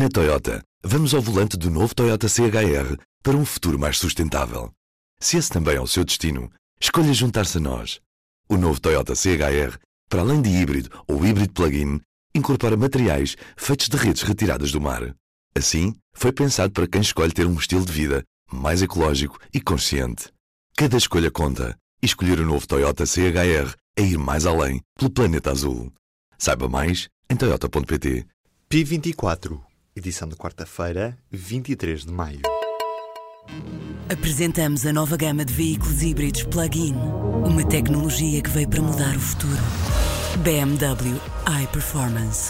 Na Toyota, vamos ao volante do novo Toyota CHR para um futuro mais sustentável. Se esse também é o seu destino, escolha juntar-se a nós. O novo Toyota CHR, para além de híbrido ou híbrido plug-in, incorpora materiais feitos de redes retiradas do mar. Assim, foi pensado para quem escolhe ter um estilo de vida mais ecológico e consciente. Cada escolha conta, e escolher o novo Toyota CHR é ir mais além pelo planeta azul. Saiba mais em toyota.pt. P24, edição de quarta-feira, 23 de maio. Apresentamos a nova gama de veículos híbridos plug-in. Uma tecnologia que veio para mudar o futuro. BMW iPerformance.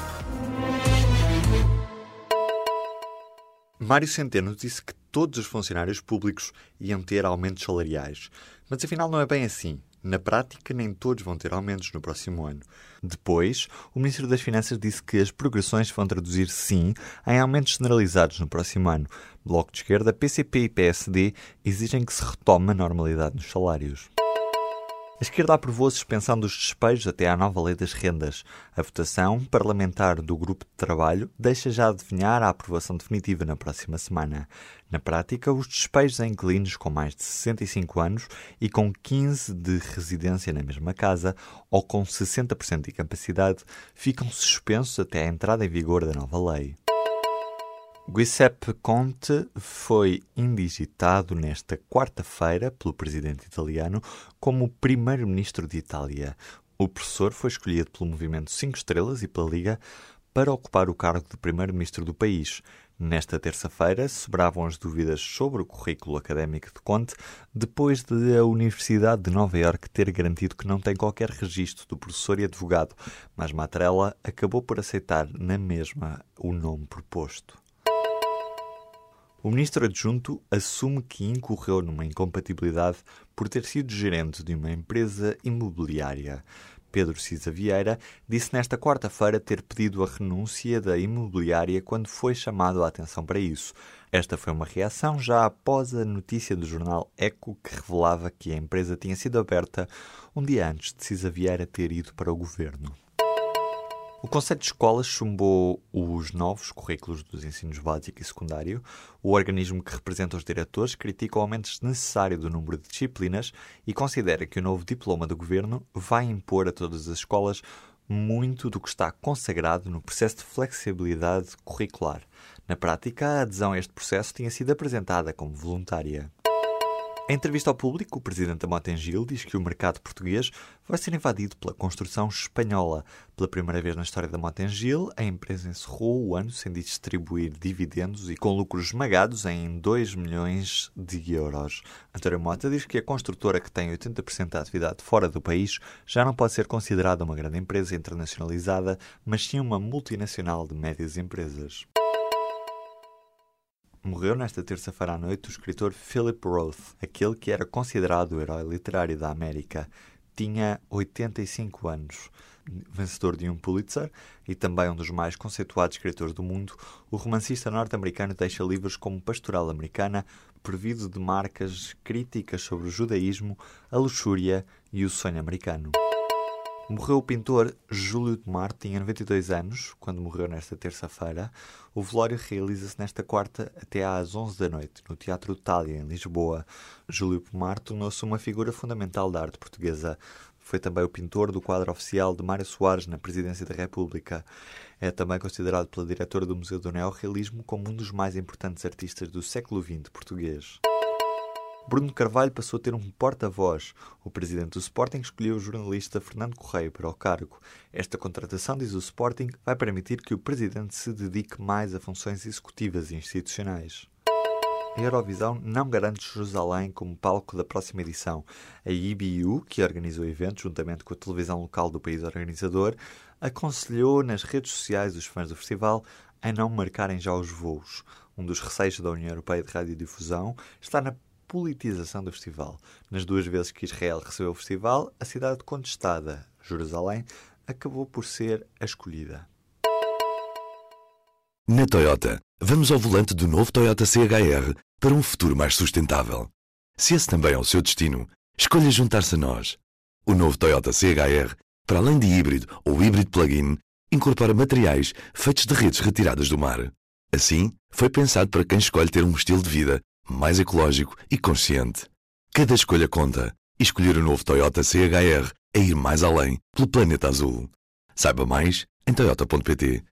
Mário Centeno disse que todos os funcionários públicos iam ter aumentos salariais. Mas afinal não é bem assim. Na prática, nem todos vão ter aumentos no próximo ano. Depois, o Ministro das Finanças disse que as progressões vão traduzir, sim, em aumentos generalizados no próximo ano. Bloco de Esquerda, PCP e PSD exigem que se retome a normalidade nos salários. A esquerda aprovou a suspensão dos despejos até à nova lei das rendas. A votação parlamentar do grupo de trabalho deixa já adivinhar a aprovação definitiva na próxima semana. Na prática, os despejos a inquilinos com mais de 65 anos e com 15 de residência na mesma casa ou com 60% de incapacidade ficam suspensos até à entrada em vigor da nova lei. Giuseppe Conte foi indigitado nesta quarta-feira pelo presidente italiano como primeiro-ministro de Itália. O professor foi escolhido pelo Movimento 5 Estrelas e pela Liga para ocupar o cargo de primeiro-ministro do país. Nesta terça-feira, sobravam as dúvidas sobre o currículo académico de Conte, depois de a Universidade de Nova Iorque ter garantido que não tem qualquer registro do professor e advogado, mas Mattarella acabou por aceitar na mesma o nome proposto. O ministro adjunto assume que incorreu numa incompatibilidade por ter sido gerente de uma empresa imobiliária. Pedro Cisa Vieira disse nesta quarta-feira ter pedido a renúncia da imobiliária quando foi chamado a atenção para isso. Esta foi uma reação já após a notícia do jornal Eco que revelava que a empresa tinha sido aberta um dia antes de Cisa Vieira ter ido para o governo. O Conselho de Escolas chumbou os novos currículos dos ensinos básico e secundário. O organismo que representa os diretores critica o aumento desnecessário do número de disciplinas e considera que o novo diploma do governo vai impor a todas as escolas muito do que está consagrado no processo de flexibilidade curricular. Na prática, a adesão a este processo tinha sido apresentada como voluntária. Em entrevista ao público, o presidente da Mota-Engil diz que o mercado português vai ser invadido pela construção espanhola. Pela primeira vez na história da Mota-Engil, a empresa encerrou o ano sem distribuir dividendos e com lucros esmagados em 2 milhões de euros. António Mota diz que a construtora, que tem 80% da atividade fora do país, já não pode ser considerada uma grande empresa internacionalizada, mas sim uma multinacional de médias empresas. Morreu nesta terça-feira à noite o escritor Philip Roth, aquele que era considerado o herói literário da América. Tinha 85 anos. Vencedor de um Pulitzer e também um dos mais conceituados escritores do mundo, o romancista norte-americano deixa livros como Pastoral Americana, provido de marcas críticas sobre o judaísmo, a luxúria e o sonho americano. Morreu o pintor Júlio de Mar, tinha 92 anos, quando morreu nesta terça-feira. O velório realiza-se nesta quarta até às 11 da noite, no Teatro Itália, em Lisboa. Júlio de Mar tornou-se uma figura fundamental da arte portuguesa. Foi também o pintor do quadro oficial de Mário Soares na Presidência da República. É também considerado pela diretora do Museu do Neorrealismo como um dos mais importantes artistas do século XX português. Bruno Carvalho passou a ter um porta-voz. O presidente do Sporting escolheu o jornalista Fernando Correia para o cargo. Esta contratação, diz o Sporting, vai permitir que o presidente se dedique mais a funções executivas e institucionais. A Eurovisão não garante Jerusalém como palco da próxima edição. A IBU, que organiza o evento juntamente com a televisão local do país organizador, aconselhou nas redes sociais os fãs do festival a não marcarem já os voos. Um dos receios da União Europeia de Radiodifusão está na politização do festival. Nas 2 vezes que Israel recebeu o festival, a cidade contestada, Jerusalém, acabou por ser a escolhida. Na Toyota, vamos ao volante do novo Toyota CHR para um futuro mais sustentável. Se esse também é o seu destino, escolha juntar-se a nós. O novo Toyota CHR, para além de híbrido ou híbrido plug-in, incorpora materiais feitos de redes retiradas do mar. Assim, foi pensado para quem escolhe ter um estilo de vida mais ecológico e consciente. Cada escolha conta. E escolher o novo Toyota CHR é ir mais além pelo planeta azul. Saiba mais em toyota.pt.